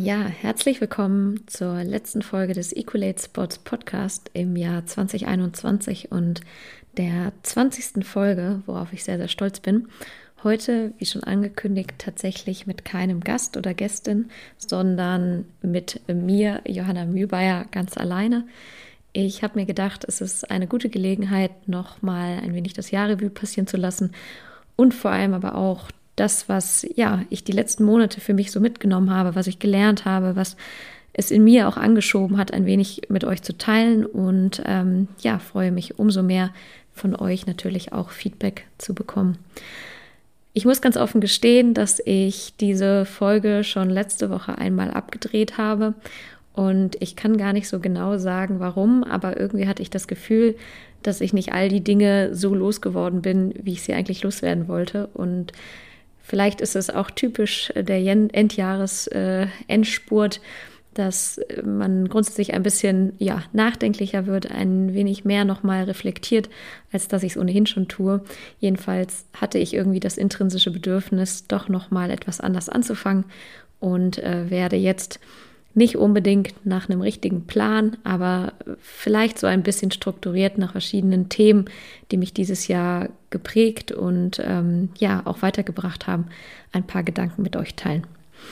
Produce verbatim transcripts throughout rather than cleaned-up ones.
Ja, herzlich willkommen zur letzten Folge des Ecolate Sports Podcast im Jahr zwanzig einundzwanzig und der zwanzigsten Folge, worauf ich sehr, sehr stolz bin. Heute, wie schon angekündigt, tatsächlich mit keinem Gast oder Gästin, sondern mit mir, Johanna Mühlbayer, ganz alleine. Ich habe mir gedacht, es ist eine gute Gelegenheit, nochmal ein wenig das Jahrrevue passieren zu lassen und vor allem aber auch das, was ja ich die letzten Monate für mich so mitgenommen habe, was ich gelernt habe, was es in mir auch angeschoben hat, ein wenig mit euch zu teilen und ähm, ja, freue mich umso mehr von euch natürlich auch Feedback zu bekommen. Ich muss ganz offen gestehen, dass ich diese Folge schon letzte Woche einmal abgedreht habe und ich kann gar nicht so genau sagen, warum, aber irgendwie hatte ich das Gefühl, dass ich nicht all die Dinge so losgeworden bin, wie ich sie eigentlich loswerden wollte. Und vielleicht ist es auch typisch der Endjahres-Endspurt, dass man grundsätzlich ein bisschen ja, nachdenklicher wird, ein wenig mehr nochmal reflektiert, als dass ich es ohnehin schon tue. Jedenfalls hatte ich irgendwie das intrinsische Bedürfnis, doch nochmal etwas anders anzufangen und äh, werde jetzt nicht unbedingt nach einem richtigen Plan, aber vielleicht so ein bisschen strukturiert nach verschiedenen Themen, die mich dieses Jahr geprägt und ähm, ja auch weitergebracht haben, ein paar Gedanken mit euch teilen.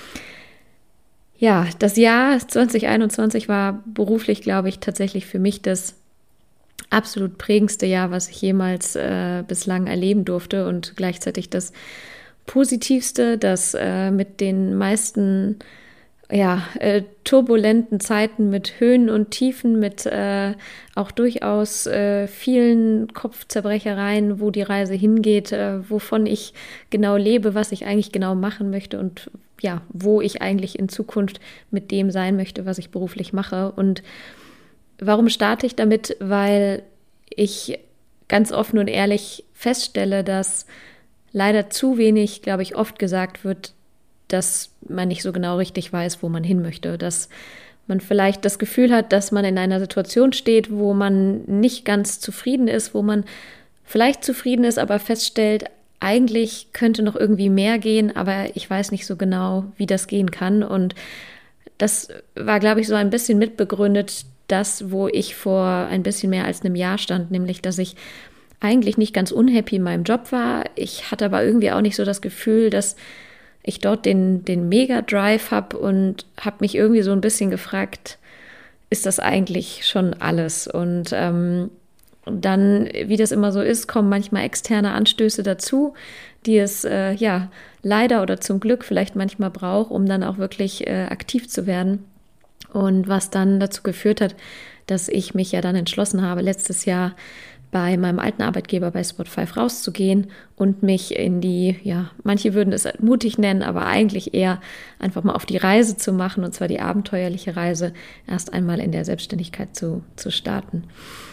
Ja, das Jahr zwanzig einundzwanzig war beruflich, glaube ich, tatsächlich für mich das absolut prägendste Jahr, was ich jemals äh, bislang erleben durfte und gleichzeitig das positivste, das äh, mit den meisten ja, äh, turbulenten Zeiten mit Höhen und Tiefen, mit äh, auch durchaus äh, vielen Kopfzerbrechereien, wo die Reise hingeht, äh, wovon ich genau lebe, was ich eigentlich genau machen möchte und ja, wo ich eigentlich in Zukunft mit dem sein möchte, was ich beruflich mache. Und warum starte ich damit? Weil ich ganz offen und ehrlich feststelle, dass leider zu wenig, glaube ich, oft gesagt wird, dass man nicht so genau richtig weiß, wo man hin möchte, dass man vielleicht das Gefühl hat, dass man in einer Situation steht, wo man nicht ganz zufrieden ist, wo man vielleicht zufrieden ist, aber feststellt, eigentlich könnte noch irgendwie mehr gehen, aber ich weiß nicht so genau, wie das gehen kann. Und das war, glaube ich, so ein bisschen mitbegründet, das, wo ich vor ein bisschen mehr als einem Jahr stand, nämlich, dass ich eigentlich nicht ganz unhappy in meinem Job war. Ich hatte aber irgendwie auch nicht so das Gefühl, dass ich dort den, den Mega-Drive habe und habe mich irgendwie so ein bisschen gefragt, ist das eigentlich schon alles? Und ähm, dann, wie das immer so ist, kommen manchmal externe Anstöße dazu, die es äh, ja leider oder zum Glück vielleicht manchmal braucht, um dann auch wirklich äh, aktiv zu werden. Und was dann dazu geführt hat, dass ich mich ja dann entschlossen habe, letztes Jahr bei meinem alten Arbeitgeber bei Spotify rauszugehen und mich in die, ja, manche würden es mutig nennen, aber eigentlich eher einfach mal auf die Reise zu machen, und zwar die abenteuerliche Reise, erst einmal in der Selbstständigkeit zu, zu starten.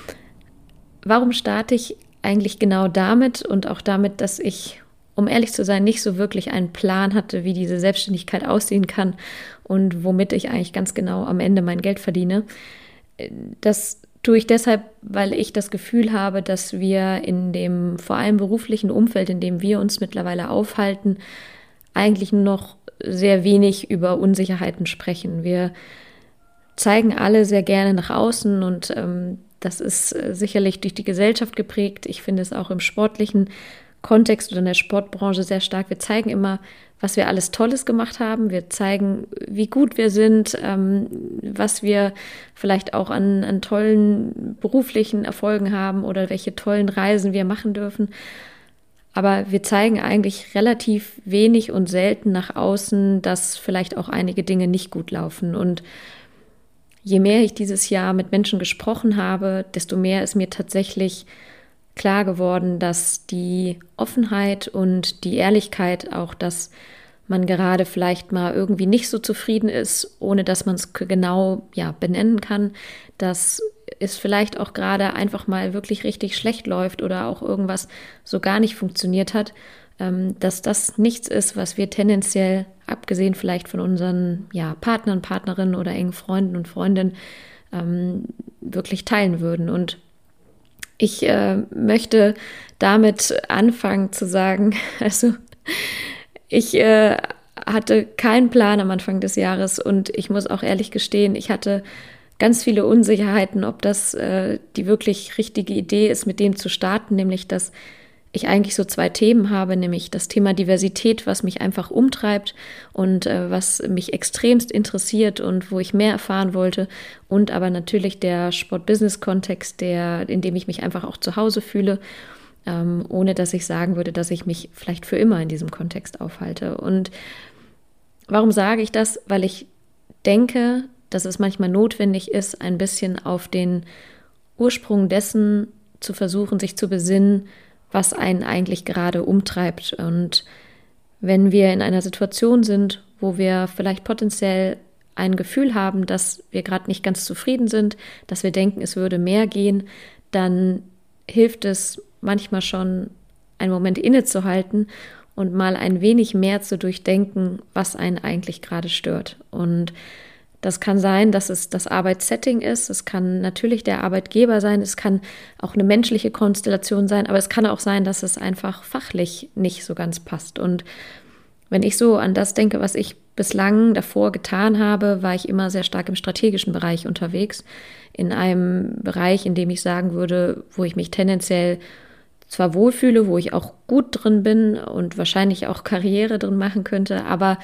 Warum starte ich eigentlich genau damit und auch damit, dass ich, um ehrlich zu sein, nicht so wirklich einen Plan hatte, wie diese Selbstständigkeit aussehen kann und womit ich eigentlich ganz genau am Ende mein Geld verdiene? Das tue ich deshalb, weil ich das Gefühl habe, dass wir in dem vor allem beruflichen Umfeld, in dem wir uns mittlerweile aufhalten, eigentlich nur noch sehr wenig über Unsicherheiten sprechen. Wir zeigen alle sehr gerne nach außen und ähm, das ist äh, sicherlich durch die Gesellschaft geprägt. Ich finde es auch im sportlichen Kontext oder in der Sportbranche sehr stark. Wir zeigen immer, was wir alles Tolles gemacht haben. Wir zeigen, wie gut wir sind, ähm, was wir vielleicht auch an, an tollen beruflichen Erfolgen haben oder welche tollen Reisen wir machen dürfen. Aber wir zeigen eigentlich relativ wenig und selten nach außen, dass vielleicht auch einige Dinge nicht gut laufen. Und je mehr ich dieses Jahr mit Menschen gesprochen habe, desto mehr ist mir tatsächlich klar geworden, dass die Offenheit und die Ehrlichkeit, auch dass man gerade vielleicht mal irgendwie nicht so zufrieden ist, ohne dass man es genau ja, benennen kann, dass es vielleicht auch gerade einfach mal wirklich richtig schlecht läuft oder auch irgendwas so gar nicht funktioniert hat, ähm, dass das nichts ist, was wir tendenziell, abgesehen vielleicht von unseren ja, Partnern, Partnerinnen oder engen Freunden und Freundinnen, ähm, wirklich teilen würden. Und ich äh, möchte damit anfangen zu sagen, also ich äh, hatte keinen Plan am Anfang des Jahres und ich muss auch ehrlich gestehen, ich hatte ganz viele Unsicherheiten, ob das äh, die wirklich richtige Idee ist, mit dem zu starten, nämlich dass ich eigentlich so zwei Themen habe, nämlich das Thema Diversität, was mich einfach umtreibt und äh, was mich extremst interessiert und wo ich mehr erfahren wollte, und aber natürlich der Sport-Business-Kontext, der, in dem ich mich einfach auch zu Hause fühle, ähm, ohne dass ich sagen würde, dass ich mich vielleicht für immer in diesem Kontext aufhalte. Und warum sage ich das? Weil ich denke, dass es manchmal notwendig ist, ein bisschen auf den Ursprung dessen zu versuchen, sich zu besinnen, was einen eigentlich gerade umtreibt. Und wenn wir in einer Situation sind, wo wir vielleicht potenziell ein Gefühl haben, dass wir gerade nicht ganz zufrieden sind, dass wir denken, es würde mehr gehen, dann hilft es manchmal schon, einen Moment innezuhalten und mal ein wenig mehr zu durchdenken, was einen eigentlich gerade stört. Und das kann sein, dass es das Arbeitssetting ist, es kann natürlich der Arbeitgeber sein, es kann auch eine menschliche Konstellation sein, aber es kann auch sein, dass es einfach fachlich nicht so ganz passt. Und wenn ich so an das denke, was ich bislang davor getan habe, war ich immer sehr stark im strategischen Bereich unterwegs, in einem Bereich, in dem ich sagen würde, wo ich mich tendenziell zwar wohlfühle, wo ich auch gut drin bin und wahrscheinlich auch Karriere drin machen könnte, aber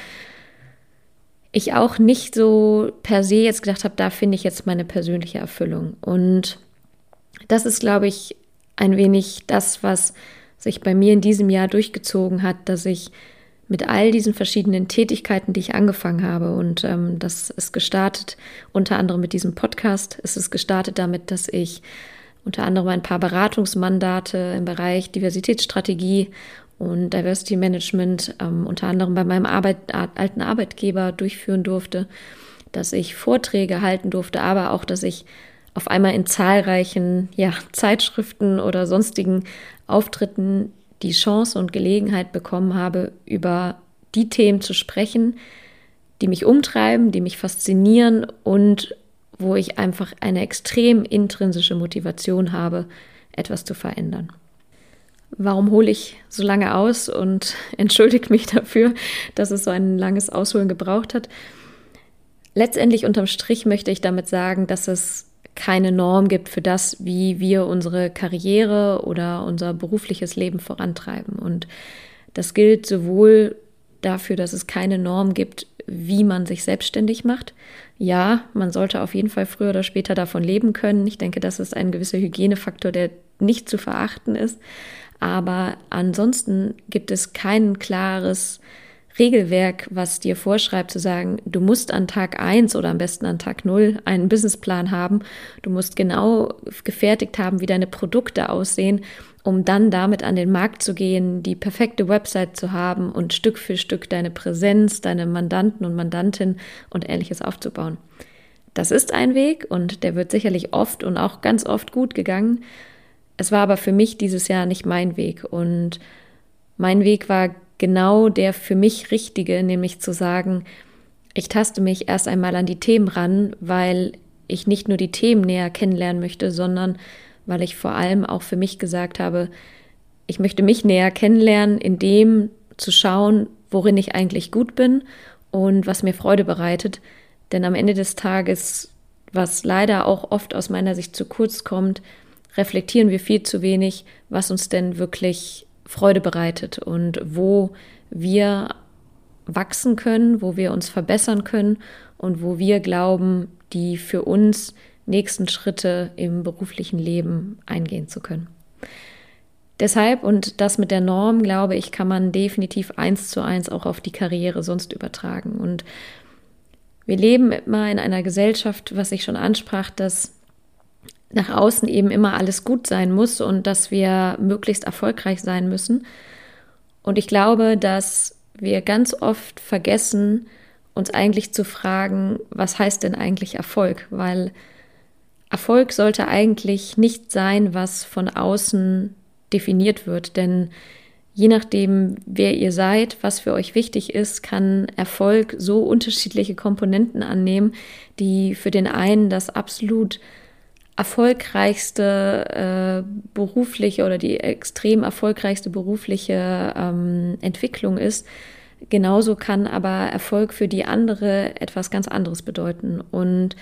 ich auch nicht so per se jetzt gedacht habe, da finde ich jetzt meine persönliche Erfüllung. Und das ist, glaube ich, ein wenig das, was sich bei mir in diesem Jahr durchgezogen hat, dass ich mit all diesen verschiedenen Tätigkeiten, die ich angefangen habe, und ähm, das ist gestartet unter anderem mit diesem Podcast, es ist gestartet damit, dass ich unter anderem ein paar Beratungsmandate im Bereich Diversitätsstrategie und Diversity Management ähm, unter anderem bei meinem Arbeit, alten Arbeitgeber durchführen durfte, dass ich Vorträge halten durfte, aber auch, dass ich auf einmal in zahlreichen ja, Zeitschriften oder sonstigen Auftritten die Chance und Gelegenheit bekommen habe, über die Themen zu sprechen, die mich umtreiben, die mich faszinieren und wo ich einfach eine extrem intrinsische Motivation habe, etwas zu verändern. Warum hole ich so lange aus und entschuldige mich dafür, dass es so ein langes Ausholen gebraucht hat? Letztendlich unterm Strich möchte ich damit sagen, dass es keine Norm gibt für das, wie wir unsere Karriere oder unser berufliches Leben vorantreiben. Und das gilt sowohl dafür, dass es keine Norm gibt, wie man sich selbstständig macht. Ja, man sollte auf jeden Fall früher oder später davon leben können. Ich denke, das ist ein gewisser Hygienefaktor, der nicht zu verachten ist. Aber ansonsten gibt es kein klares Regelwerk, was dir vorschreibt, zu sagen, du musst an Tag eins oder am besten an Tag null einen Businessplan haben. Du musst genau gefertigt haben, wie deine Produkte aussehen, um dann damit an den Markt zu gehen, die perfekte Website zu haben und Stück für Stück deine Präsenz, deine Mandanten und Mandantinnen und Ähnliches aufzubauen. Das ist ein Weg und der wird sicherlich oft und auch ganz oft gut gegangen. Es war aber für mich dieses Jahr nicht mein Weg und mein Weg war genau der für mich richtige, nämlich zu sagen, ich taste mich erst einmal an die Themen ran, weil ich nicht nur die Themen näher kennenlernen möchte, sondern weil ich vor allem auch für mich gesagt habe, ich möchte mich näher kennenlernen, in dem zu schauen, worin ich eigentlich gut bin und was mir Freude bereitet. Denn am Ende des Tages, was leider auch oft aus meiner Sicht zu kurz kommt, reflektieren wir viel zu wenig, was uns denn wirklich Freude bereitet und wo wir wachsen können, wo wir uns verbessern können und wo wir glauben, die für uns nächsten Schritte im beruflichen Leben eingehen zu können. Deshalb, und das mit der Norm, glaube ich, kann man definitiv eins zu eins auch auf die Karriere sonst übertragen. Und wir leben immer in einer Gesellschaft, was ich schon ansprach, dass nach außen eben immer alles gut sein muss und dass wir möglichst erfolgreich sein müssen. Und ich glaube, dass wir ganz oft vergessen, uns eigentlich zu fragen, was heißt denn eigentlich Erfolg? Weil Erfolg sollte eigentlich nicht sein, was von außen definiert wird. Denn je nachdem, wer ihr seid, was für euch wichtig ist, kann Erfolg so unterschiedliche Komponenten annehmen, die für den einen das absolut erfolgreichste äh, berufliche oder die extrem erfolgreichste berufliche ähm, Entwicklung ist, Genauso kann aber Erfolg für die andere etwas ganz anderes bedeuten. Und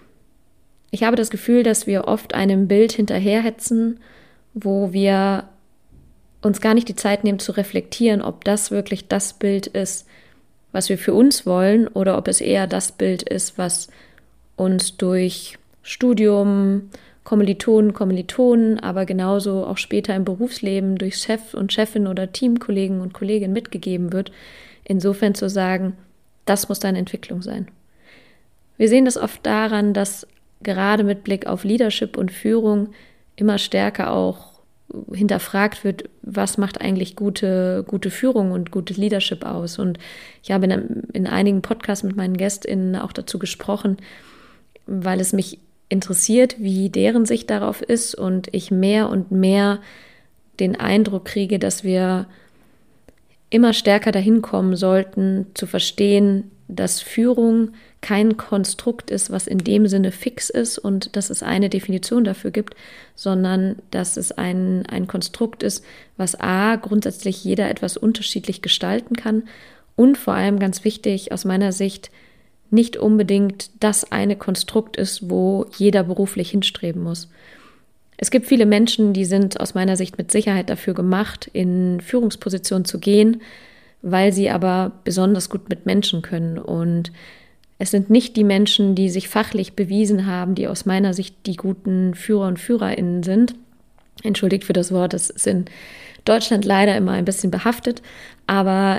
ich habe das Gefühl, dass wir oft einem Bild hinterherhetzen, wo wir uns gar nicht die Zeit nehmen zu reflektieren, ob das wirklich das Bild ist, was wir für uns wollen, oder ob es eher das Bild ist, was uns durch Studium, Kommilitonen, Kommilitonen, aber genauso auch später im Berufsleben durch Chef und Chefin oder Teamkollegen und Kolleginnen mitgegeben wird. Insofern zu sagen, das muss deine Entwicklung sein. Wir sehen das oft daran, dass gerade mit Blick auf Leadership und Führung immer stärker auch hinterfragt wird, was macht eigentlich gute, gute Führung und gutes Leadership aus. Und ich habe in, in einigen Podcasts mit meinen GästInnen auch dazu gesprochen, weil es mich interessiert, wie deren Sicht darauf ist und ich mehr und mehr den Eindruck kriege, dass wir immer stärker dahin kommen sollten, zu verstehen, dass Führung kein Konstrukt ist, was in dem Sinne fix ist und dass es eine Definition dafür gibt, sondern dass es ein, ein Konstrukt ist, was a, grundsätzlich jeder etwas unterschiedlich gestalten kann und vor allem ganz wichtig aus meiner Sicht nicht unbedingt das eine Konstrukt ist, wo jeder beruflich hinstreben muss. Es gibt viele Menschen, die sind aus meiner Sicht mit Sicherheit dafür gemacht, in Führungspositionen zu gehen, weil sie aber besonders gut mit Menschen können. Und es sind nicht die Menschen, die sich fachlich bewiesen haben, die aus meiner Sicht die guten Führer und FührerInnen sind. Entschuldigt für das Wort, das ist in Deutschland leider immer ein bisschen behaftet, aber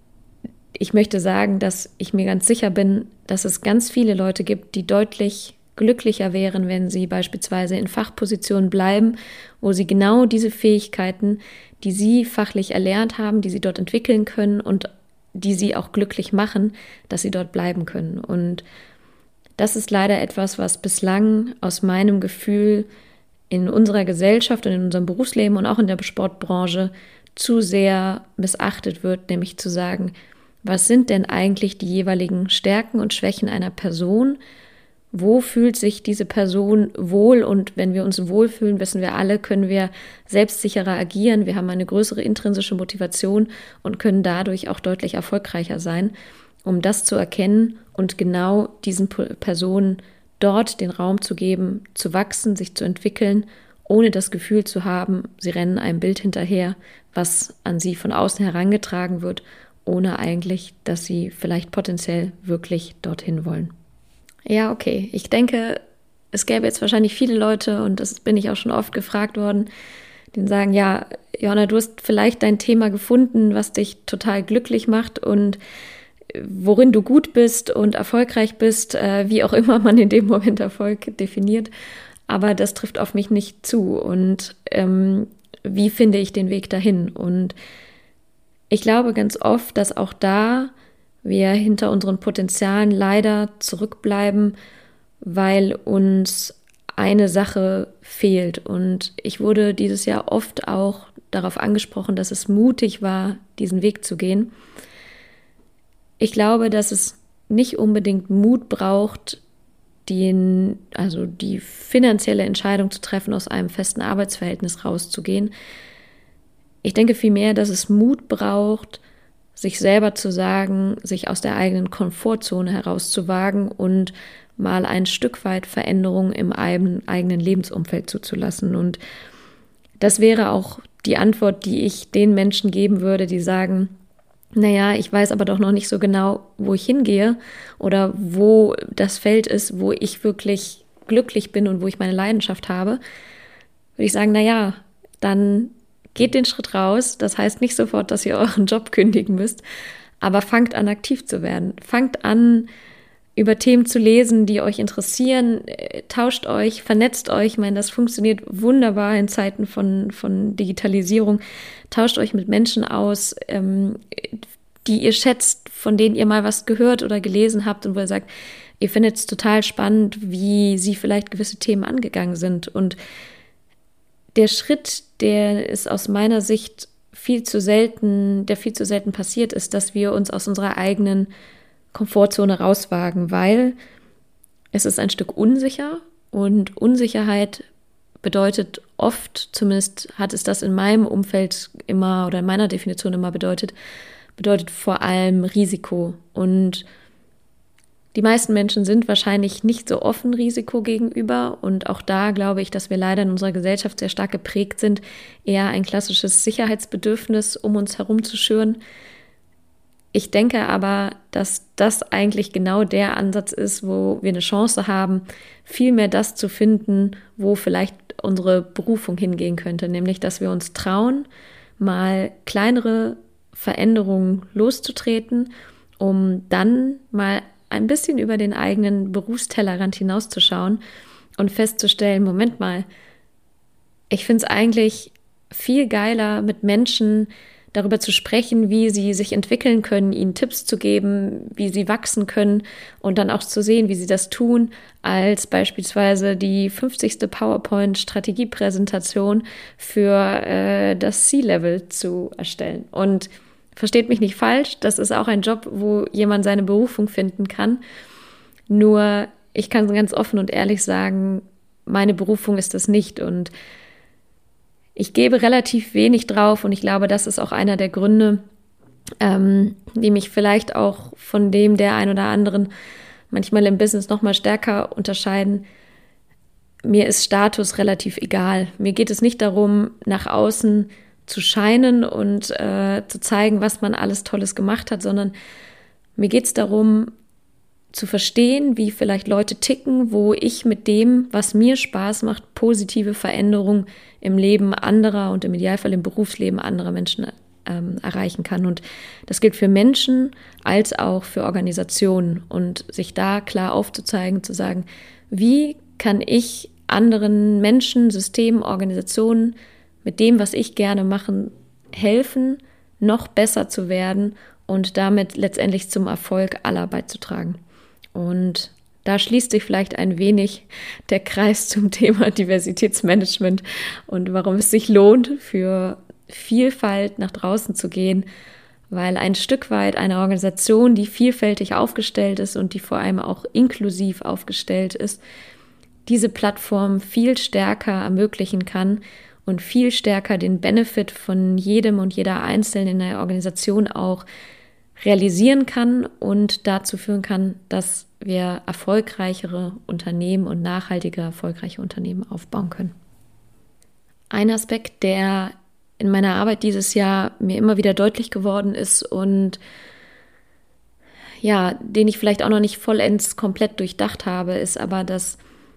ich möchte sagen, dass ich mir ganz sicher bin, dass es ganz viele Leute gibt, die deutlich glücklicher wären, wenn sie beispielsweise in Fachpositionen bleiben, wo sie genau diese Fähigkeiten, die sie fachlich erlernt haben, die sie dort entwickeln können und die sie auch glücklich machen, dass sie dort bleiben können. Und das ist leider etwas, was bislang aus meinem Gefühl in unserer Gesellschaft und in unserem Berufsleben und auch in der Sportbranche zu sehr missachtet wird, nämlich zu sagen, was sind denn eigentlich die jeweiligen Stärken und Schwächen einer Person? Wo fühlt sich diese Person wohl? Und wenn wir uns wohlfühlen, wissen wir alle, können wir selbstsicherer agieren. Wir haben eine größere intrinsische Motivation und können dadurch auch deutlich erfolgreicher sein, um das zu erkennen und genau diesen Personen dort den Raum zu geben, zu wachsen, sich zu entwickeln, ohne das Gefühl zu haben, sie rennen einem Bild hinterher, was an sie von außen herangetragen wird, ohne eigentlich, dass sie vielleicht potenziell wirklich dorthin wollen. Ja, okay. Ich denke, es gäbe jetzt wahrscheinlich viele Leute, und das bin ich auch schon oft gefragt worden, die sagen, ja, Johanna, du hast vielleicht dein Thema gefunden, was dich total glücklich macht und worin du gut bist und erfolgreich bist, äh, wie auch immer man in dem Moment Erfolg definiert. Aber das trifft auf mich nicht zu. Und ähm, wie finde ich den Weg dahin? Und ich glaube ganz oft, dass auch da wir hinter unseren Potenzialen leider zurückbleiben, weil uns eine Sache fehlt. Und ich wurde dieses Jahr oft auch darauf angesprochen, dass es mutig war, diesen Weg zu gehen. Ich glaube, dass es nicht unbedingt Mut braucht, den, also die finanzielle Entscheidung zu treffen, aus einem festen Arbeitsverhältnis rauszugehen. Ich denke vielmehr, dass es Mut braucht, sich selber zu sagen, sich aus der eigenen Komfortzone herauszuwagen und mal ein Stück weit Veränderung im eigenen Lebensumfeld zuzulassen. Und das wäre auch die Antwort, die ich den Menschen geben würde, die sagen, naja, ich weiß aber doch noch nicht so genau, wo ich hingehe oder wo das Feld ist, wo ich wirklich glücklich bin und wo ich meine Leidenschaft habe. Würde ich sagen, naja, dann geht den Schritt raus. Das heißt nicht sofort, dass ihr euren Job kündigen müsst, aber fangt an, aktiv zu werden. Fangt an, über Themen zu lesen, die euch interessieren. Tauscht euch, vernetzt euch. Ich meine, das funktioniert wunderbar in Zeiten von, von Digitalisierung. Tauscht euch mit Menschen aus, ähm, die ihr schätzt, von denen ihr mal was gehört oder gelesen habt und wo ihr sagt, ihr findet es total spannend, wie sie vielleicht gewisse Themen angegangen sind. Und der Schritt, der ist aus meiner Sicht viel zu selten, der viel zu selten passiert ist, dass wir uns aus unserer eigenen Komfortzone rauswagen, weil es ist ein Stück unsicher und Unsicherheit bedeutet oft, zumindest hat es das in meinem Umfeld immer oder in meiner Definition immer bedeutet, bedeutet vor allem Risiko. Und die meisten Menschen sind wahrscheinlich nicht so offen Risiko gegenüber. Und auch da glaube ich, dass wir leider in unserer Gesellschaft sehr stark geprägt sind, eher ein klassisches Sicherheitsbedürfnis um uns herum zu schüren. Ich denke aber, dass das eigentlich genau der Ansatz ist, wo wir eine Chance haben, viel mehr das zu finden, wo vielleicht unsere Berufung hingehen könnte. Nämlich, dass wir uns trauen, mal kleinere Veränderungen loszutreten, um dann mal ein bisschen über den eigenen Berufstellerrand hinauszuschauen und festzustellen, Moment mal, ich finde es eigentlich viel geiler, mit Menschen darüber zu sprechen, wie sie sich entwickeln können, ihnen Tipps zu geben, wie sie wachsen können und dann auch zu sehen, wie sie das tun, als beispielsweise die fünfzigste PowerPoint-Strategiepräsentation für äh, das C-Level zu erstellen. Und versteht mich nicht falsch, das ist auch ein Job, wo jemand seine Berufung finden kann. Nur ich kann ganz offen und ehrlich sagen, meine Berufung ist das nicht und ich gebe relativ wenig drauf und ich glaube, das ist auch einer der Gründe, ähm, die mich vielleicht auch von dem der ein oder anderen manchmal im Business noch mal stärker unterscheiden. Mir ist Status relativ egal. Mir geht es nicht darum, nach außen zu scheinen und äh, zu zeigen, was man alles Tolles gemacht hat, sondern mir geht es darum, zu verstehen, wie vielleicht Leute ticken, wo ich mit dem, was mir Spaß macht, positive Veränderungen im Leben anderer und im Idealfall im Berufsleben anderer Menschen ähm, erreichen kann. Und das gilt für Menschen als auch für Organisationen. Und sich da klar aufzuzeigen, zu sagen, wie kann ich anderen Menschen, Systemen, Organisationen mit dem, was ich gerne mache, helfen, noch besser zu werden und damit letztendlich zum Erfolg aller beizutragen. Und da schließt sich vielleicht ein wenig der Kreis zum Thema Diversitätsmanagement und warum es sich lohnt, für Vielfalt nach draußen zu gehen, weil ein Stück weit eine Organisation, die vielfältig aufgestellt ist und die vor allem auch inklusiv aufgestellt ist, diese Plattform viel stärker ermöglichen kann und viel stärker den Benefit von jedem und jeder Einzelnen in der Organisation auch realisieren kann und dazu führen kann, dass wir erfolgreichere Unternehmen und nachhaltige, erfolgreiche Unternehmen aufbauen können. Ein Aspekt, der in meiner Arbeit dieses Jahr mir immer wieder deutlich geworden ist und ja, den ich vielleicht auch noch nicht vollends komplett durchdacht habe, ist aber, dass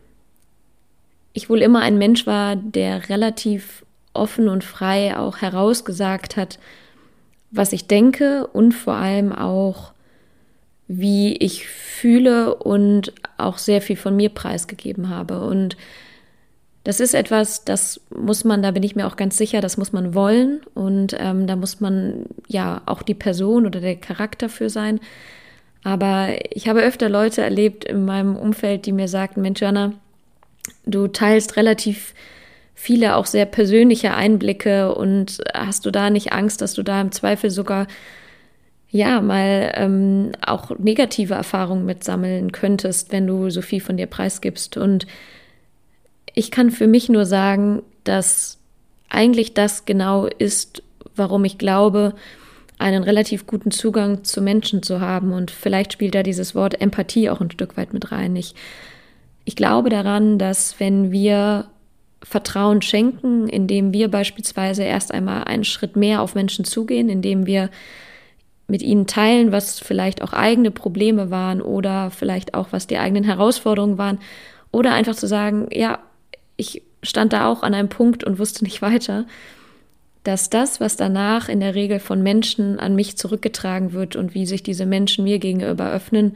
ich wohl immer ein Mensch war, der relativ offen und frei auch herausgesagt hat, was ich denke und vor allem auch, wie ich fühle und auch sehr viel von mir preisgegeben habe. Und das ist etwas, das muss man, da bin ich mir auch ganz sicher, das muss man wollen und ähm, da muss man ja auch die Person oder der Charakter für sein. Aber ich habe öfter Leute erlebt in meinem Umfeld, die mir sagten, Mensch, Jana, du teilst relativ viele auch sehr persönliche Einblicke und hast du da nicht Angst, dass du da im Zweifel sogar ja mal ähm, auch negative Erfahrungen mitsammeln könntest, wenn du so viel von dir preisgibst. Und ich kann für mich nur sagen, dass eigentlich das genau ist, warum ich glaube, einen relativ guten Zugang zu Menschen zu haben. Und vielleicht spielt da dieses Wort Empathie auch ein Stück weit mit rein. Ich, ich glaube daran, dass wenn wir Vertrauen schenken, indem wir beispielsweise erst einmal einen Schritt mehr auf Menschen zugehen, indem wir mit ihnen teilen, was vielleicht auch eigene Probleme waren oder vielleicht auch, was die eigenen Herausforderungen waren oder einfach zu sagen, ja, ich stand da auch an einem Punkt und wusste nicht weiter, dass das, was danach in der Regel von Menschen an mich zurückgetragen wird und wie sich diese Menschen mir gegenüber öffnen,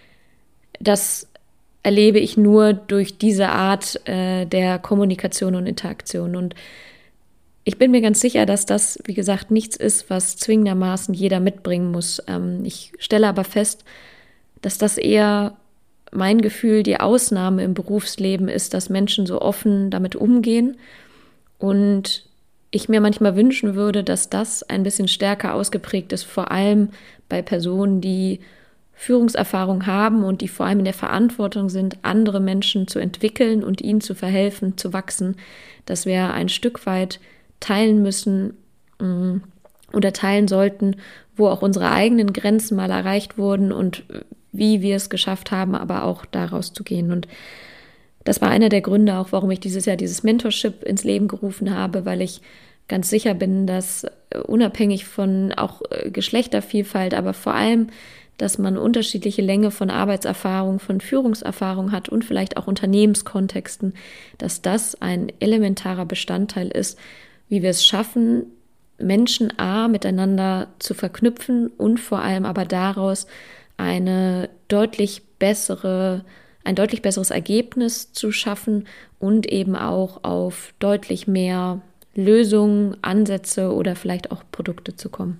das erlebe ich nur durch diese Art äh, der Kommunikation und Interaktion. Und ich bin mir ganz sicher, dass das, wie gesagt, nichts ist, was zwingendermaßen jeder mitbringen muss. Ähm, ich stelle aber fest, dass das eher mein Gefühl, die Ausnahme im Berufsleben ist, dass Menschen so offen damit umgehen. Und ich mir manchmal wünschen würde, dass das ein bisschen stärker ausgeprägt ist, vor allem bei Personen, die Führungserfahrung haben und die vor allem in der Verantwortung sind, andere Menschen zu entwickeln und ihnen zu verhelfen, zu wachsen, dass wir ein Stück weit teilen müssen oder teilen sollten, wo auch unsere eigenen Grenzen mal erreicht wurden und wie wir es geschafft haben, aber auch da rauszugehen. Und das war einer der Gründe auch, warum ich dieses Jahr dieses Mentorship ins Leben gerufen habe, weil ich ganz sicher bin, dass unabhängig von auch Geschlechtervielfalt, aber vor allem, dass man unterschiedliche Länge von Arbeitserfahrung, von Führungserfahrung hat und vielleicht auch Unternehmenskontexten, dass das ein elementarer Bestandteil ist, wie wir es schaffen, Menschen A miteinander zu verknüpfen und vor allem aber daraus eine deutlich bessere, ein deutlich besseres Ergebnis zu schaffen und eben auch auf deutlich mehr Lösungen, Ansätze oder vielleicht auch Produkte zu kommen.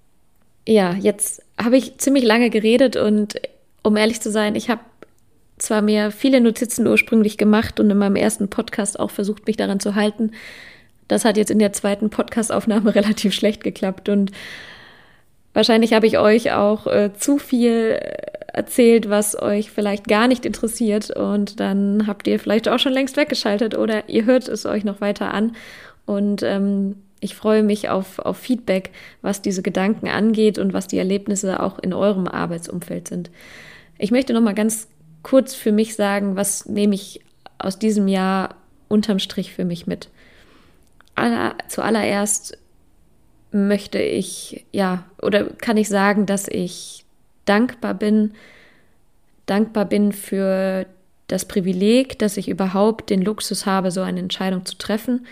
Ja, jetzt habe ich ziemlich lange geredet und um ehrlich zu sein, ich habe zwar mir viele Notizen ursprünglich gemacht und in meinem ersten Podcast auch versucht, mich daran zu halten. Das hat jetzt in der zweiten Podcastaufnahme relativ schlecht geklappt und wahrscheinlich habe ich euch auch äh, zu viel erzählt, was euch vielleicht gar nicht interessiert und dann habt ihr vielleicht auch schon längst weggeschaltet oder ihr hört es euch noch weiter an und ähm, ich freue mich auf, auf Feedback, was diese Gedanken angeht und was die Erlebnisse auch in eurem Arbeitsumfeld sind. Ich möchte noch mal ganz kurz für mich sagen, was nehme ich aus diesem Jahr unterm Strich für mich mit. Aller, zuallererst möchte ich, ja, oder kann ich sagen, dass ich dankbar bin, dankbar bin für das Privileg, dass ich überhaupt den Luxus habe, so eine Entscheidung zu treffen,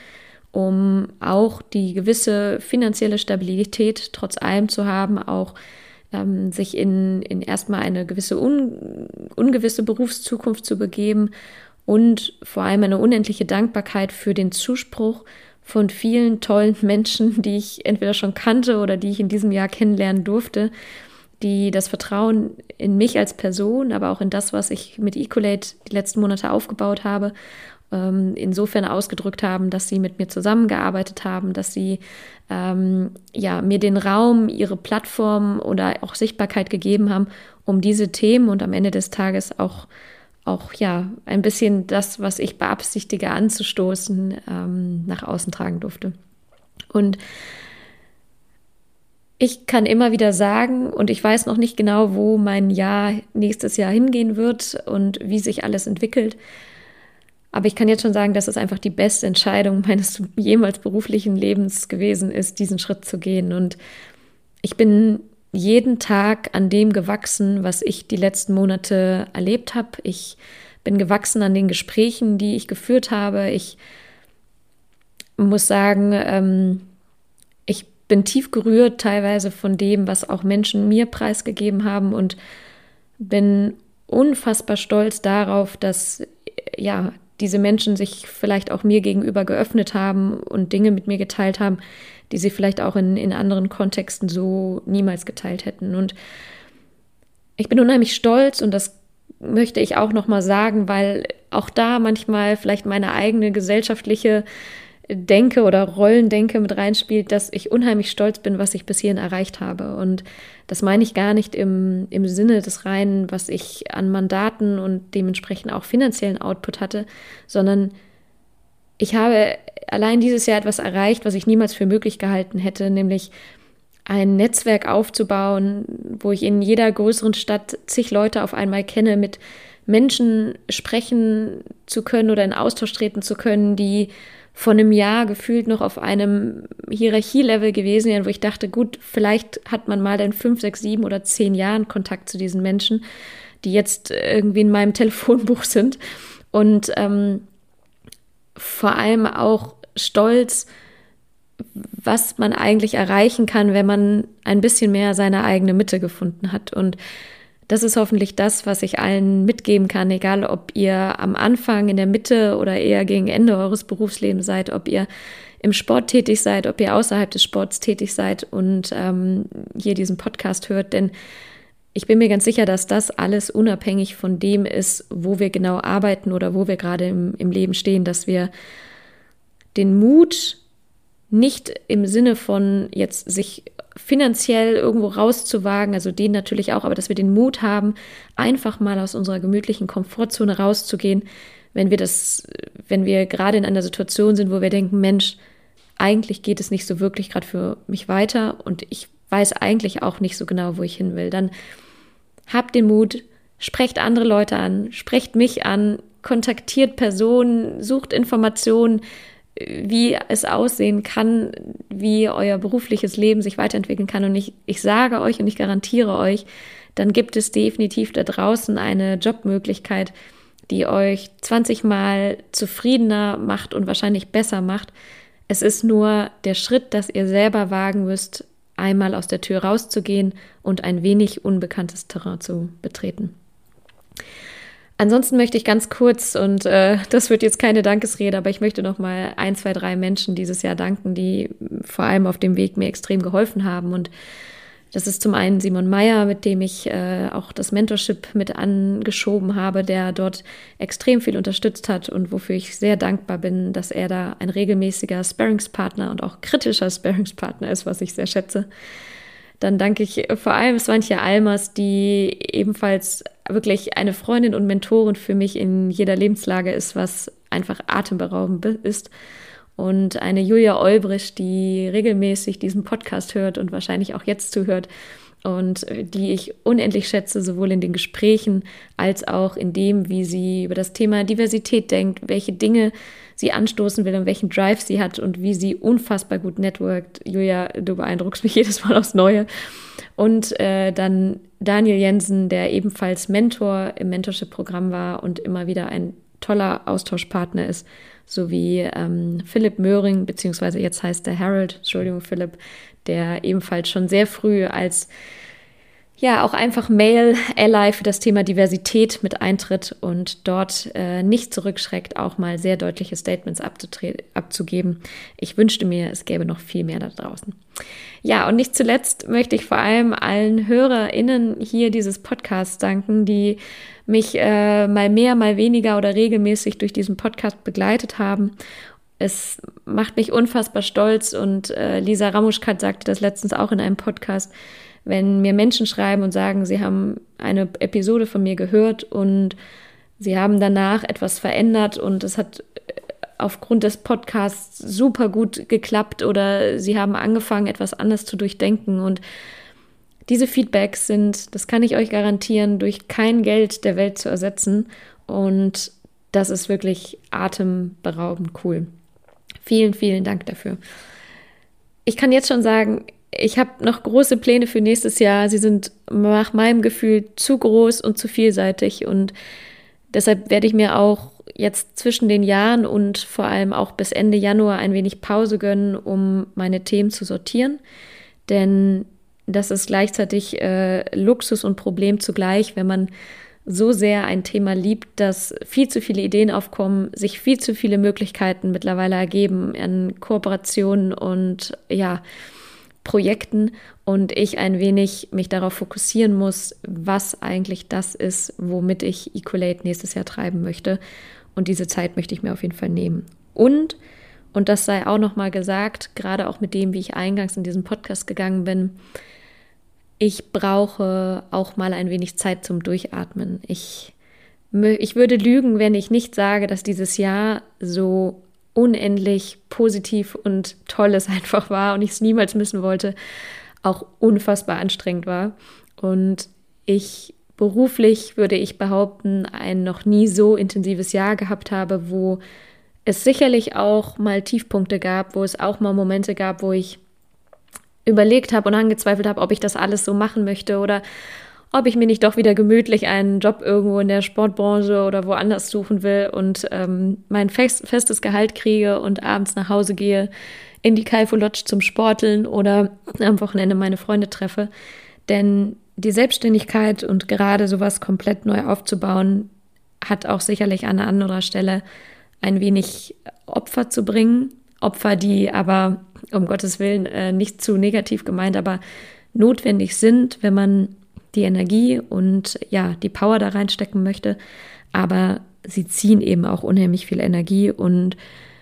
um auch die gewisse finanzielle Stabilität trotz allem zu haben, auch ähm, sich in, in erstmal eine gewisse un, ungewisse Berufszukunft zu begeben und vor allem eine unendliche Dankbarkeit für den Zuspruch von vielen tollen Menschen, die ich entweder schon kannte oder die ich in diesem Jahr kennenlernen durfte, die das Vertrauen in mich als Person, aber auch in das, was ich mit Ecolate die letzten Monate aufgebaut habe, insofern ausgedrückt haben, dass sie mit mir zusammengearbeitet haben, dass sie ähm, ja, mir den Raum, ihre Plattform oder auch Sichtbarkeit gegeben haben, um diese Themen und am Ende des Tages auch, auch ja, ein bisschen das, was ich beabsichtige anzustoßen, ähm, nach außen tragen durfte. Und ich kann immer wieder sagen, und ich weiß noch nicht genau, wo mein Jahr nächstes Jahr hingehen wird und wie sich alles entwickelt, aber ich kann jetzt schon sagen, dass es einfach die beste Entscheidung meines jemals beruflichen Lebens gewesen ist, diesen Schritt zu gehen. Und ich bin jeden Tag an dem gewachsen, was ich die letzten Monate erlebt habe. Ich bin gewachsen an den Gesprächen, die ich geführt habe. Ich muss sagen, ähm, ich bin tief gerührt teilweise von dem, was auch Menschen mir preisgegeben haben und bin unfassbar stolz darauf, dass ja diese Menschen sich vielleicht auch mir gegenüber geöffnet haben und Dinge mit mir geteilt haben, die sie vielleicht auch in, in anderen Kontexten so niemals geteilt hätten. Und ich bin unheimlich stolz und das möchte ich auch nochmal sagen, weil auch da manchmal vielleicht meine eigene gesellschaftliche Denke oder Rollendenke mit reinspielt, dass ich unheimlich stolz bin, was ich bis hierhin erreicht habe. Und das meine ich gar nicht im, im Sinne des reinen, was ich an Mandaten und dementsprechend auch finanziellen Output hatte, sondern ich habe allein dieses Jahr etwas erreicht, was ich niemals für möglich gehalten hätte, nämlich ein Netzwerk aufzubauen, wo ich in jeder größeren Stadt zig Leute auf einmal kenne, mit Menschen sprechen zu können oder in Austausch treten zu können, die vor einem Jahr gefühlt noch auf einem Hierarchielevel gewesen wären, wo ich dachte, gut, vielleicht hat man mal in fünf, sechs, sieben oder zehn Jahren Kontakt zu diesen Menschen, die jetzt irgendwie in meinem Telefonbuch sind. Und ähm, vor allem auch stolz, was man eigentlich erreichen kann, wenn man ein bisschen mehr seine eigene Mitte gefunden hat. Und das ist hoffentlich das, was ich allen mitgeben kann, egal ob ihr am Anfang, in der Mitte oder eher gegen Ende eures Berufslebens seid, ob ihr im Sport tätig seid, ob ihr außerhalb des Sports tätig seid und ähm, hier diesen Podcast hört. Denn ich bin mir ganz sicher, dass das alles unabhängig von dem ist, wo wir genau arbeiten oder wo wir gerade im, im Leben stehen, dass wir den Mut nicht im Sinne von jetzt sich finanziell irgendwo rauszuwagen, also den natürlich auch, aber dass wir den Mut haben, einfach mal aus unserer gemütlichen Komfortzone rauszugehen, wenn wir das, wenn wir gerade in einer Situation sind, wo wir denken, Mensch, eigentlich geht es nicht so wirklich gerade für mich weiter und ich weiß eigentlich auch nicht so genau, wo ich hin will. Dann habt den Mut, sprecht andere Leute an, sprecht mich an, kontaktiert Personen, sucht Informationen, wie es aussehen kann, wie euer berufliches Leben sich weiterentwickeln kann. Und ich, ich sage euch und ich garantiere euch, dann gibt es definitiv da draußen eine Jobmöglichkeit, die euch zwanzig Mal zufriedener macht und wahrscheinlich besser macht. Es ist nur der Schritt, dass ihr selber wagen müsst, einmal aus der Tür rauszugehen und ein wenig unbekanntes Terrain zu betreten. Ansonsten möchte ich ganz kurz, und äh, das wird jetzt keine Dankesrede, aber ich möchte noch mal ein, zwei, drei Menschen dieses Jahr danken, die vor allem auf dem Weg mir extrem geholfen haben. Und das ist zum einen Simon Meyer, mit dem ich äh, auch das Mentorship mit angeschoben habe, der dort extrem viel unterstützt hat und wofür ich sehr dankbar bin, dass er da ein regelmäßiger Sparringspartner und auch kritischer Sparringspartner ist, was ich sehr schätze. Dann danke ich vor allem Swantje Almers, die ebenfalls wirklich eine Freundin und Mentorin für mich in jeder Lebenslage ist, was einfach atemberaubend ist. Und eine Julia Olbrich, die regelmäßig diesen Podcast hört und wahrscheinlich auch jetzt zuhört und die ich unendlich schätze, sowohl in den Gesprächen als auch in dem, wie sie über das Thema Diversität denkt, welche Dinge sie anstoßen will und welchen Drive sie hat und wie sie unfassbar gut networkt. Julia, du beeindruckst mich jedes Mal aufs Neue. Und äh, dann Daniel Jensen, der ebenfalls Mentor im Mentorship-Programm war und immer wieder ein toller Austauschpartner ist, sowie ähm, Philipp Möhring, beziehungsweise jetzt heißt der Harold, Entschuldigung Philipp, der ebenfalls schon sehr früh als ja auch einfach Male Ally für das Thema Diversität mit eintritt und dort äh, nicht zurückschreckt, auch mal sehr deutliche Statements abzugeben. Ich wünschte mir, es gäbe noch viel mehr da draußen. Ja, und nicht zuletzt möchte ich vor allem allen HörerInnen hier dieses Podcasts danken, die mich äh, mal mehr, mal weniger oder regelmäßig durch diesen Podcast begleitet haben. Es macht mich unfassbar stolz und äh, Lisa Ramuschkat sagte das letztens auch in einem Podcast, wenn mir Menschen schreiben und sagen, sie haben eine Episode von mir gehört und sie haben danach etwas verändert und es hat aufgrund des Podcasts super gut geklappt oder sie haben angefangen, etwas anders zu durchdenken. Und diese Feedbacks sind, das kann ich euch garantieren, durch kein Geld der Welt zu ersetzen. Und das ist wirklich atemberaubend cool. Vielen, vielen Dank dafür. Ich kann jetzt schon sagen, ich habe noch große Pläne für nächstes Jahr. Sie sind nach meinem Gefühl zu groß und zu vielseitig und deshalb werde ich mir auch jetzt zwischen den Jahren und vor allem auch bis Ende Januar ein wenig Pause gönnen, um meine Themen zu sortieren, denn das ist gleichzeitig äh, Luxus und Problem zugleich, wenn man so sehr ein Thema liebt, dass viel zu viele Ideen aufkommen, sich viel zu viele Möglichkeiten mittlerweile ergeben an Kooperationen und ja, Projekten und ich ein wenig mich darauf fokussieren muss, was eigentlich das ist, womit ich Equalate nächstes Jahr treiben möchte. Und diese Zeit möchte ich mir auf jeden Fall nehmen. Und, und das sei auch nochmal gesagt, gerade auch mit dem, wie ich eingangs in diesen Podcast gegangen bin, ich brauche auch mal ein wenig Zeit zum Durchatmen. Ich, ich würde lügen, wenn ich nicht sage, dass dieses Jahr so unendlich positiv und toll es einfach war und ich es niemals missen wollte, auch unfassbar anstrengend war. Und ich beruflich, würde ich behaupten, ein noch nie so intensives Jahr gehabt habe, wo es sicherlich auch mal Tiefpunkte gab, wo es auch mal Momente gab, wo ich überlegt habe und angezweifelt habe, ob ich das alles so machen möchte oder ob ich mir nicht doch wieder gemütlich einen Job irgendwo in der Sportbranche oder woanders suchen will und ähm, mein fest, festes Gehalt kriege und abends nach Hause gehe, in die Kaifu Lodge zum Sporteln oder am Wochenende meine Freunde treffe. Denn die Selbstständigkeit und gerade sowas komplett neu aufzubauen, hat auch sicherlich an einer anderen Stelle ein wenig Opfer zu bringen. Opfer, die aber, um Gottes Willen, äh, nicht zu negativ gemeint, aber notwendig sind, wenn man die Energie und ja, die Power da reinstecken möchte, aber sie ziehen eben auch unheimlich viel Energie und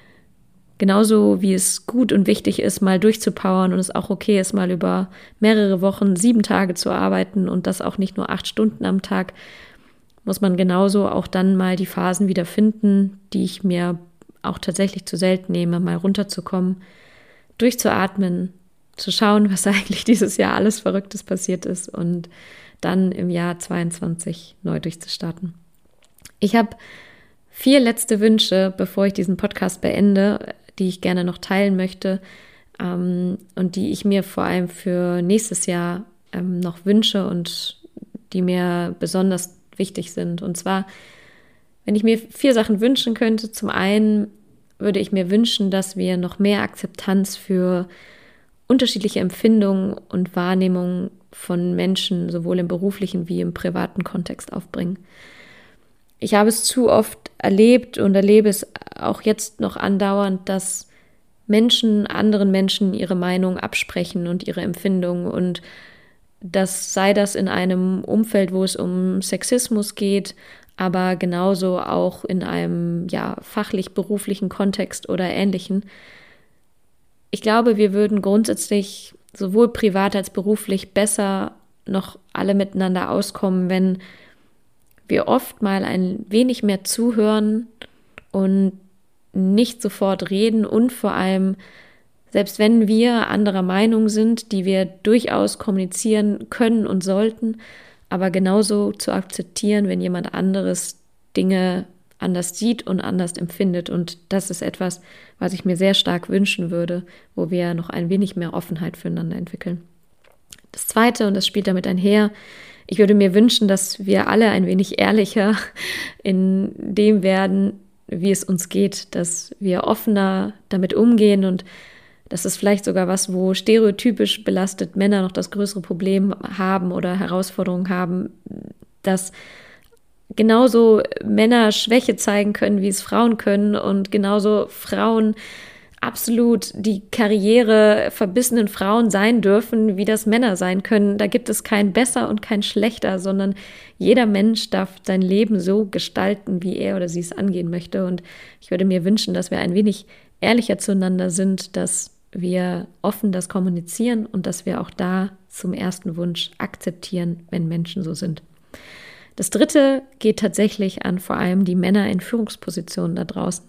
genauso wie es gut und wichtig ist, mal durchzupowern und es auch okay ist, mal über mehrere Wochen, sieben Tage zu arbeiten und das auch nicht nur acht Stunden am Tag, muss man genauso auch dann mal die Phasen wieder finden, die ich mir auch tatsächlich zu selten nehme, mal runterzukommen, durchzuatmen zu schauen, was eigentlich dieses Jahr alles Verrücktes passiert ist und dann im Jahr zweiundzwanzig neu durchzustarten. Ich habe vier letzte Wünsche, bevor ich diesen Podcast beende, die ich gerne noch teilen möchte ähm, und die ich mir vor allem für nächstes Jahr ähm, noch wünsche und die mir besonders wichtig sind. Und zwar, wenn ich mir vier Sachen wünschen könnte, zum einen würde ich mir wünschen, dass wir noch mehr Akzeptanz für unterschiedliche Empfindungen und Wahrnehmungen von Menschen sowohl im beruflichen wie im privaten Kontext aufbringen. Ich habe es zu oft erlebt und erlebe es auch jetzt noch andauernd, dass Menschen anderen Menschen ihre Meinung absprechen und ihre Empfindungen, und das sei das in einem Umfeld, wo es um Sexismus geht, aber genauso auch in einem ja, fachlich-beruflichen Kontext oder ähnlichen. Ich glaube, wir würden grundsätzlich sowohl privat als beruflich besser noch alle miteinander auskommen, wenn wir oft mal ein wenig mehr zuhören und nicht sofort reden und vor allem, selbst wenn wir anderer Meinung sind, die wir durchaus kommunizieren können und sollten, aber genauso zu akzeptieren, wenn jemand anderes Dinge anders sieht und anders empfindet. Und das ist etwas, was ich mir sehr stark wünschen würde, wo wir noch ein wenig mehr Offenheit füreinander entwickeln. Das Zweite, und das spielt damit einher, ich würde mir wünschen, dass wir alle ein wenig ehrlicher in dem werden, wie es uns geht, dass wir offener damit umgehen, und das ist vielleicht sogar was, wo stereotypisch belastet Männer noch das größere Problem haben oder Herausforderungen haben, dass genauso Männer Schwäche zeigen können, wie es Frauen können, und genauso Frauen absolut die Karriere verbissenen Frauen sein dürfen, wie das Männer sein können. Da gibt es kein besser und kein schlechter, sondern jeder Mensch darf sein Leben so gestalten, wie er oder sie es angehen möchte. Und ich würde mir wünschen, dass wir ein wenig ehrlicher zueinander sind, dass wir offen das kommunizieren und dass wir auch da zum ersten Wunsch akzeptieren, wenn Menschen so sind. Das Dritte geht tatsächlich an vor allem die Männer in Führungspositionen da draußen,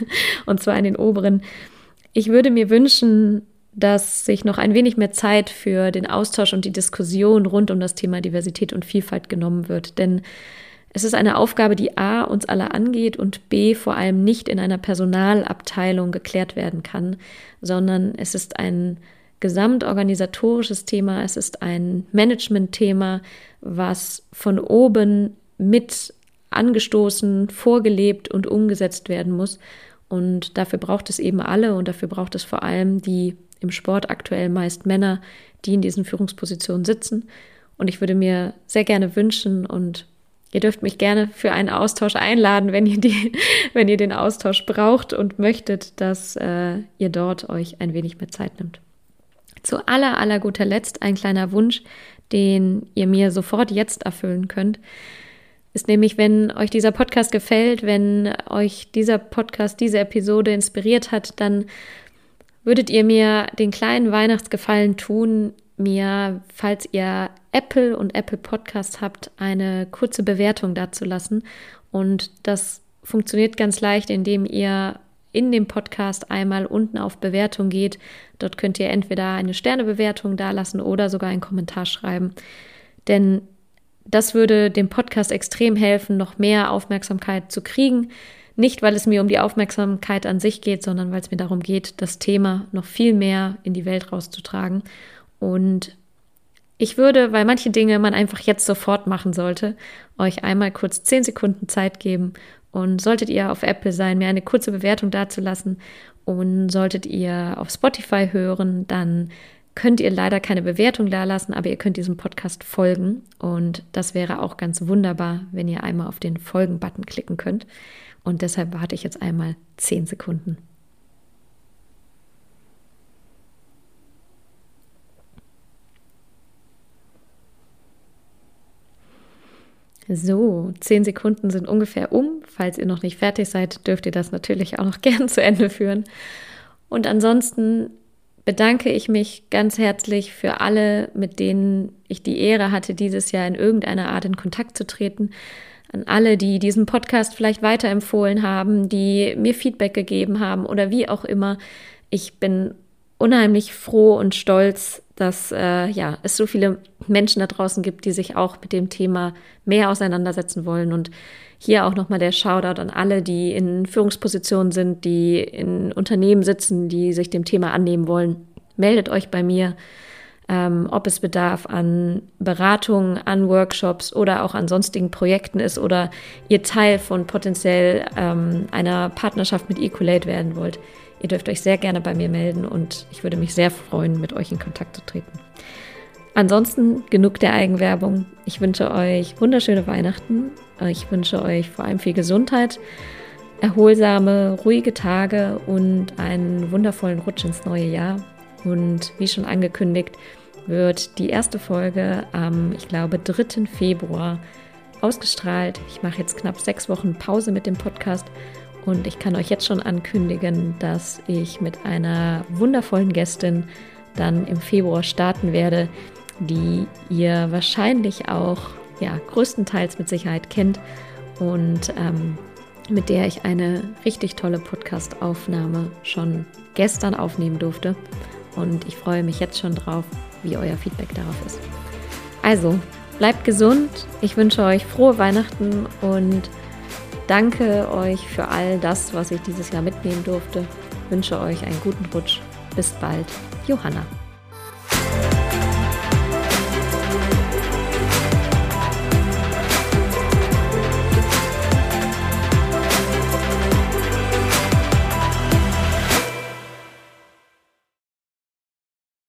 und zwar in den oberen. Ich würde mir wünschen, dass sich noch ein wenig mehr Zeit für den Austausch und die Diskussion rund um das Thema Diversität und Vielfalt genommen wird. Denn es ist eine Aufgabe, die A, uns alle angeht und B, vor allem nicht in einer Personalabteilung geklärt werden kann, sondern es ist ein gesamtorganisatorisches Thema, es ist ein Management-Thema, was von oben mit angestoßen, vorgelebt und umgesetzt werden muss. Und dafür braucht es eben alle, und dafür braucht es vor allem die im Sport aktuell meist Männer, die in diesen Führungspositionen sitzen. Und ich würde mir sehr gerne wünschen, und ihr dürft mich gerne für einen Austausch einladen, wenn ihr, die, wenn ihr den Austausch braucht und möchtet, dass äh, ihr dort euch ein wenig mehr Zeit nimmt. Zu aller, aller guter Letzt ein kleiner Wunsch, den ihr mir sofort jetzt erfüllen könnt, ist nämlich, wenn euch dieser Podcast gefällt, wenn euch dieser Podcast, diese Episode inspiriert hat, dann würdet ihr mir den kleinen Weihnachtsgefallen tun, mir, falls ihr Apple und Apple Podcast habt, eine kurze Bewertung dazulassen. Und das funktioniert ganz leicht, indem ihr in dem Podcast einmal unten auf Bewertung geht. Dort könnt ihr entweder eine Sternebewertung dalassen oder sogar einen Kommentar schreiben. Denn das würde dem Podcast extrem helfen, noch mehr Aufmerksamkeit zu kriegen. Nicht, weil es mir um die Aufmerksamkeit an sich geht, sondern weil es mir darum geht, das Thema noch viel mehr in die Welt rauszutragen. Und ich würde, weil manche Dinge man einfach jetzt sofort machen sollte, euch einmal kurz zehn Sekunden Zeit geben. Und solltet ihr auf Apple sein, mir eine kurze Bewertung dazulassen, und solltet ihr auf Spotify hören, dann könnt ihr leider keine Bewertung dalassen, aber ihr könnt diesem Podcast folgen, und das wäre auch ganz wunderbar, wenn ihr einmal auf den Folgen-Button klicken könnt, und deshalb warte ich jetzt einmal zehn Sekunden. So, zehn Sekunden sind ungefähr um. Falls ihr noch nicht fertig seid, dürft ihr das natürlich auch noch gern zu Ende führen. Und ansonsten bedanke ich mich ganz herzlich für alle, mit denen ich die Ehre hatte, dieses Jahr in irgendeiner Art in Kontakt zu treten. An alle, die diesen Podcast vielleicht weiterempfohlen haben, die mir Feedback gegeben haben oder wie auch immer. Ich bin unheimlich froh und stolz, dass äh, ja, es so viele Menschen da draußen gibt, die sich auch mit dem Thema mehr auseinandersetzen wollen. Und hier auch nochmal der Shoutout an alle, die in Führungspositionen sind, die in Unternehmen sitzen, die sich dem Thema annehmen wollen. Meldet euch bei mir, ähm, ob es Bedarf an Beratungen, an Workshops oder auch an sonstigen Projekten ist oder ihr Teil von potenziell ähm, einer Partnerschaft mit Ecolate werden wollt. Ihr dürft euch sehr gerne bei mir melden und ich würde mich sehr freuen, mit euch in Kontakt zu treten. Ansonsten genug der Eigenwerbung. Ich wünsche euch wunderschöne Weihnachten. Ich wünsche euch vor allem viel Gesundheit, erholsame, ruhige Tage und einen wundervollen Rutsch ins neue Jahr. Und wie schon angekündigt, wird die erste Folge am, ich glaube, dritten Februar ausgestrahlt. Ich mache jetzt knapp sechs Wochen Pause mit dem Podcast. Und ich kann euch jetzt schon ankündigen, dass ich mit einer wundervollen Gästin dann im Februar starten werde, die ihr wahrscheinlich auch ja, größtenteils mit Sicherheit kennt und ähm, mit der ich eine richtig tolle Podcast-Aufnahme schon gestern aufnehmen durfte. Und ich freue mich jetzt schon drauf, wie euer Feedback darauf ist. Also, bleibt gesund. Ich wünsche euch frohe Weihnachten und danke euch für all das, was ich dieses Jahr mitnehmen durfte. Ich wünsche euch einen guten Rutsch. Bis bald, Johanna.